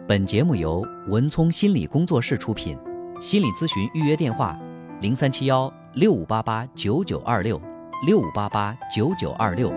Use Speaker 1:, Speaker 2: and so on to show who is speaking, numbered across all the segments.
Speaker 1: 本节目由文聪心理工作室出品，心理咨询预约电话03716588992665889926。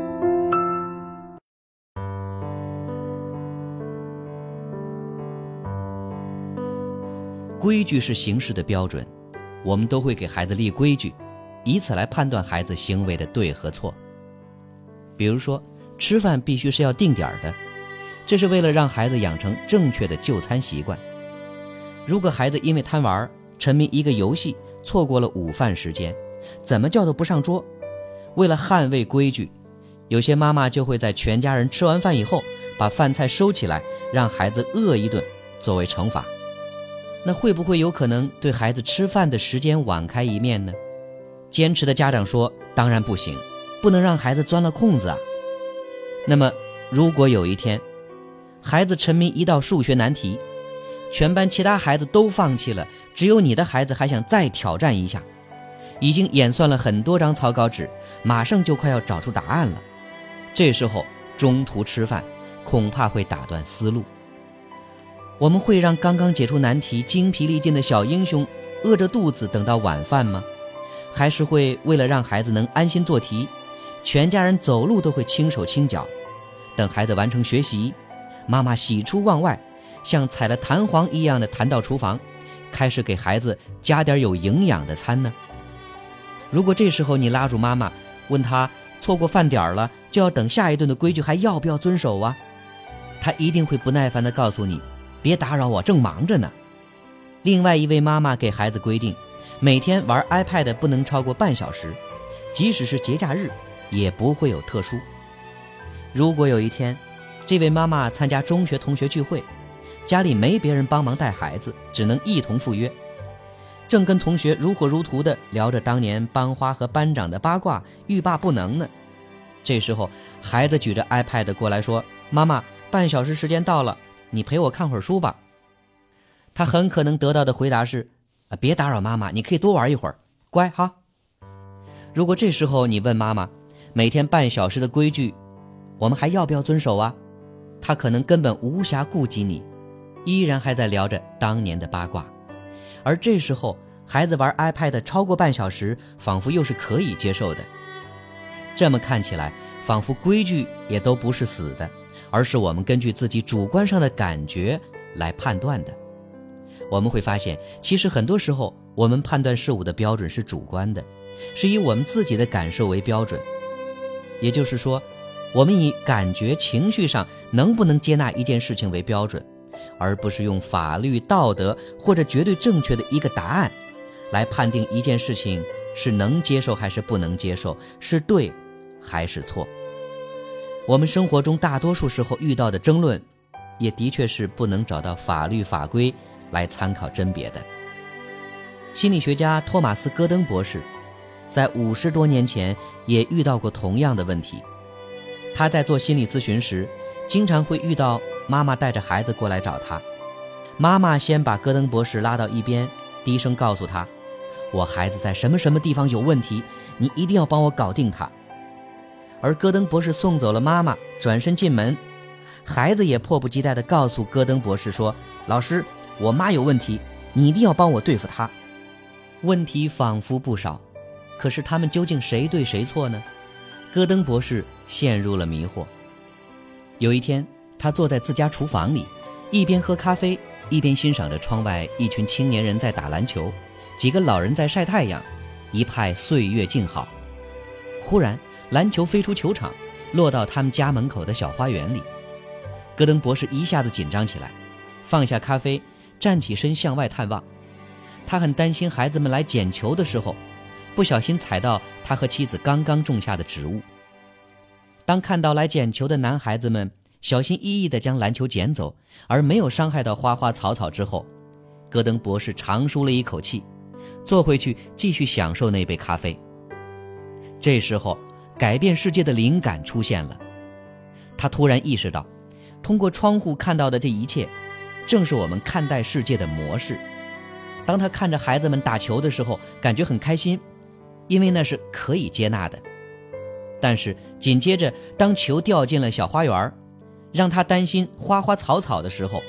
Speaker 1: 规矩是行事的标准，我们都会给孩子立规矩，以此来判断孩子行为的对和错。比如说，吃饭必须是要定点的，这是为了让孩子养成正确的就餐习惯。如果孩子因为贪玩，沉迷一个游戏，错过了午饭时间，怎么叫都不上桌。为了捍卫规矩，有些妈妈就会在全家人吃完饭以后，把饭菜收起来，让孩子饿一顿作为惩罚。那会不会有可能对孩子吃饭的时间晚开一面呢？坚持的家长说，当然不行，不能让孩子钻了空子啊。那么如果有一天孩子沉迷一道数学难题，全班其他孩子都放弃了，只有你的孩子还想再挑战一下，已经演算了很多张草稿纸，马上就快要找出答案了，这时候中途吃饭恐怕会打断思路。我们会让刚刚解出难题精疲力尽的小英雄饿着肚子等到晚饭吗？还是会为了让孩子能安心做题，全家人走路都会轻手轻脚，等孩子完成学习，妈妈喜出望外，像踩了弹簧一样的弹到厨房，开始给孩子加点有营养的餐呢？如果这时候你拉住妈妈，问她错过饭点了就要等下一顿的规矩还要不要遵守啊？她一定会不耐烦地告诉你，别打扰我，正忙着呢。另外一位妈妈给孩子规定，每天玩 iPad 不能超过半小时，即使是节假日也不会有特殊。如果有一天这位妈妈参加中学同学聚会，家里没别人帮忙带孩子，只能一同赴约，正跟同学如火如荼地聊着当年班花和班长的八卦，欲罢不能呢。这时候孩子举着 iPad 过来说，妈妈，半小时时间到了，你陪我看会儿书吧。他很可能得到的回答是，别打扰妈妈，你可以多玩一会儿，乖哈。如果这时候你问妈妈，每天半小时的规矩我们还要不要遵守啊？他可能根本无暇顾及你，依然还在聊着当年的八卦。而这时候孩子玩 iPad 超过半小时，仿佛又是可以接受的。这么看起来，仿佛规矩也都不是死的，而是我们根据自己主观上的感觉来判断的。我们会发现，其实很多时候我们判断事物的标准是主观的，是以我们自己的感受为标准。也就是说，我们以感觉情绪上能不能接纳一件事情为标准，而不是用法律道德或者绝对正确的一个答案来判定一件事情是能接受还是不能接受，是对还是错。我们生活中大多数时候遇到的争论，也的确是不能找到法律法规来参考甄别的。心理学家托马斯·戈登博士在50多年前也遇到过同样的问题。他在做心理咨询时，经常会遇到妈妈带着孩子过来找他，妈妈先把戈登博士拉到一边，低声告诉他，我孩子在什么什么地方有问题，你一定要帮我搞定他。而戈登博士送走了妈妈，转身进门，孩子也迫不及待地告诉戈登博士说，老师，我妈有问题，你一定要帮我对付她。问题仿佛不少，可是他们究竟谁对谁错呢？戈登博士陷入了迷惑。有一天，他坐在自家厨房里，一边喝咖啡，一边欣赏着窗外一群青年人在打篮球，几个老人在晒太阳，一派岁月静好。忽然篮球飞出球场，落到他们家门口的小花园里。戈登博士一下子紧张起来，放下咖啡，站起身向外探望。他很担心孩子们来捡球的时候，不小心踩到他和妻子刚刚种下的植物。当看到来捡球的男孩子们小心翼翼地将篮球捡走，而没有伤害到花花草草之后，戈登博士长舒了一口气，坐回去继续享受那杯咖啡。这时候改变世界的灵感出现了。他突然意识到，通过窗户看到的这一切，正是我们看待世界的模式。当他看着孩子们打球的时候，感觉很开心，因为那是可以接纳的。但是紧接着，当球掉进了小花园，让他担心花花草草的时候，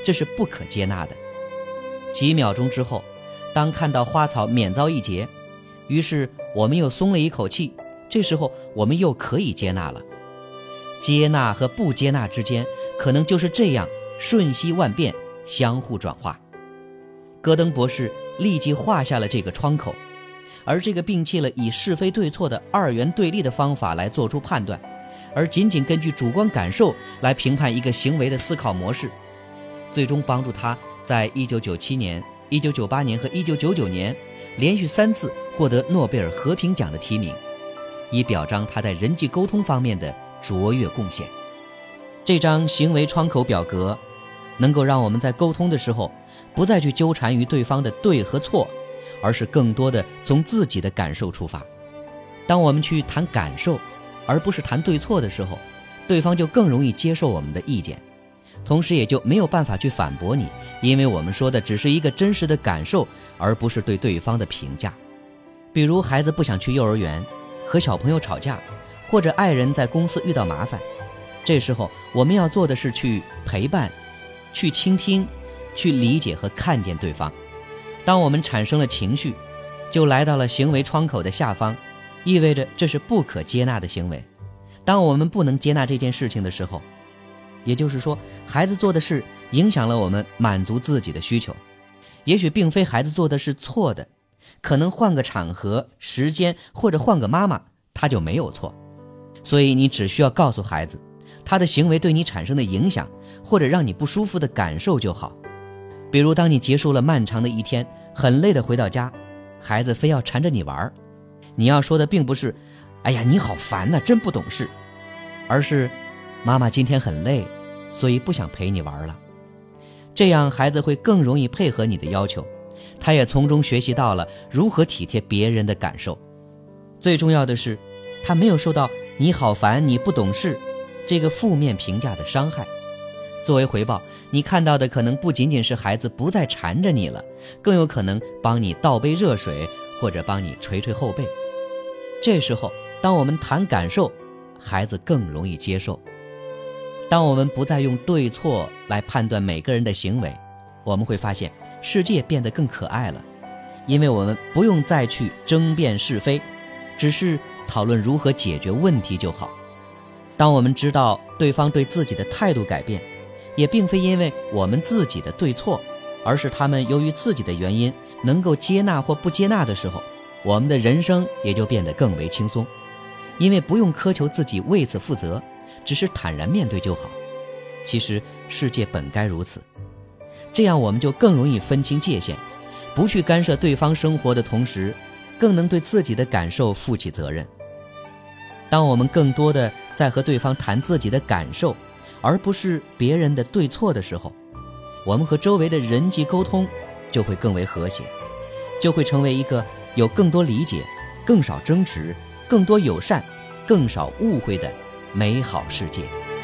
Speaker 1: 这是不可接纳的。几秒钟之后，当看到花草免遭一劫，于是我们又松了一口气，这时候我们又可以接纳了。接纳和不接纳之间，可能就是这样瞬息万变，相互转化。戈登博士立即画下了这个窗口，而这个摒弃了以是非对错的二元对立的方法来做出判断，而仅仅根据主观感受来评判一个行为的思考模式，最终帮助他在1997年、1998年和1999年连续3次获得诺贝尔和平奖的提名，以表彰他在人际沟通方面的卓越贡献。这张行为窗口表格能够让我们在沟通的时候不再去纠缠于对方的对和错，而是更多的从自己的感受出发。当我们去谈感受而不是谈对错的时候，对方就更容易接受我们的意见，同时也就没有办法去反驳你，因为我们说的只是一个真实的感受，而不是对对方的评价。比如孩子不想去幼儿园，和小朋友吵架，或者爱人在公司遇到麻烦，这时候我们要做的是去陪伴，去倾听，去理解和看见对方。当我们产生了情绪，就来到了行为窗口的下方，意味着这是不可接纳的行为。当我们不能接纳这件事情的时候，也就是说孩子做的事影响了我们满足自己的需求。也许并非孩子做的是错的，可能换个场合、时间或者换个妈妈，他就没有错。所以你只需要告诉孩子他的行为对你产生的影响，或者让你不舒服的感受就好。比如当你结束了漫长的一天，很累的回到家，孩子非要缠着你玩，你要说的并不是哎呀你好烦呐，真不懂事，而是妈妈今天很累，所以不想陪你玩了。这样孩子会更容易配合你的要求，他也从中学习到了如何体贴别人的感受。最重要的是，他没有受到你好烦你不懂事这个负面评价的伤害。作为回报，你看到的可能不仅仅是孩子不再缠着你了，更有可能帮你倒杯热水，或者帮你捶捶后背。这时候当我们谈感受，孩子更容易接受。当我们不再用对错来判断每个人的行为，我们会发现世界变得更可爱了，因为我们不用再去争辩是非，只是讨论如何解决问题就好。当我们知道对方对自己的态度改变，也并非因为我们自己的对错，而是他们由于自己的原因能够接纳或不接纳的时候，我们的人生也就变得更为轻松，因为不用苛求自己为此负责，只是坦然面对就好。其实世界本该如此，这样我们就更容易分清界限，不去干涉对方生活的同时，更能对自己的感受负起责任。当我们更多的在和对方谈自己的感受，而不是别人的对错的时候，我们和周围的人际沟通就会更为和谐，就会成为一个有更多理解、更少争执、更多友善、更少误会的美好世界。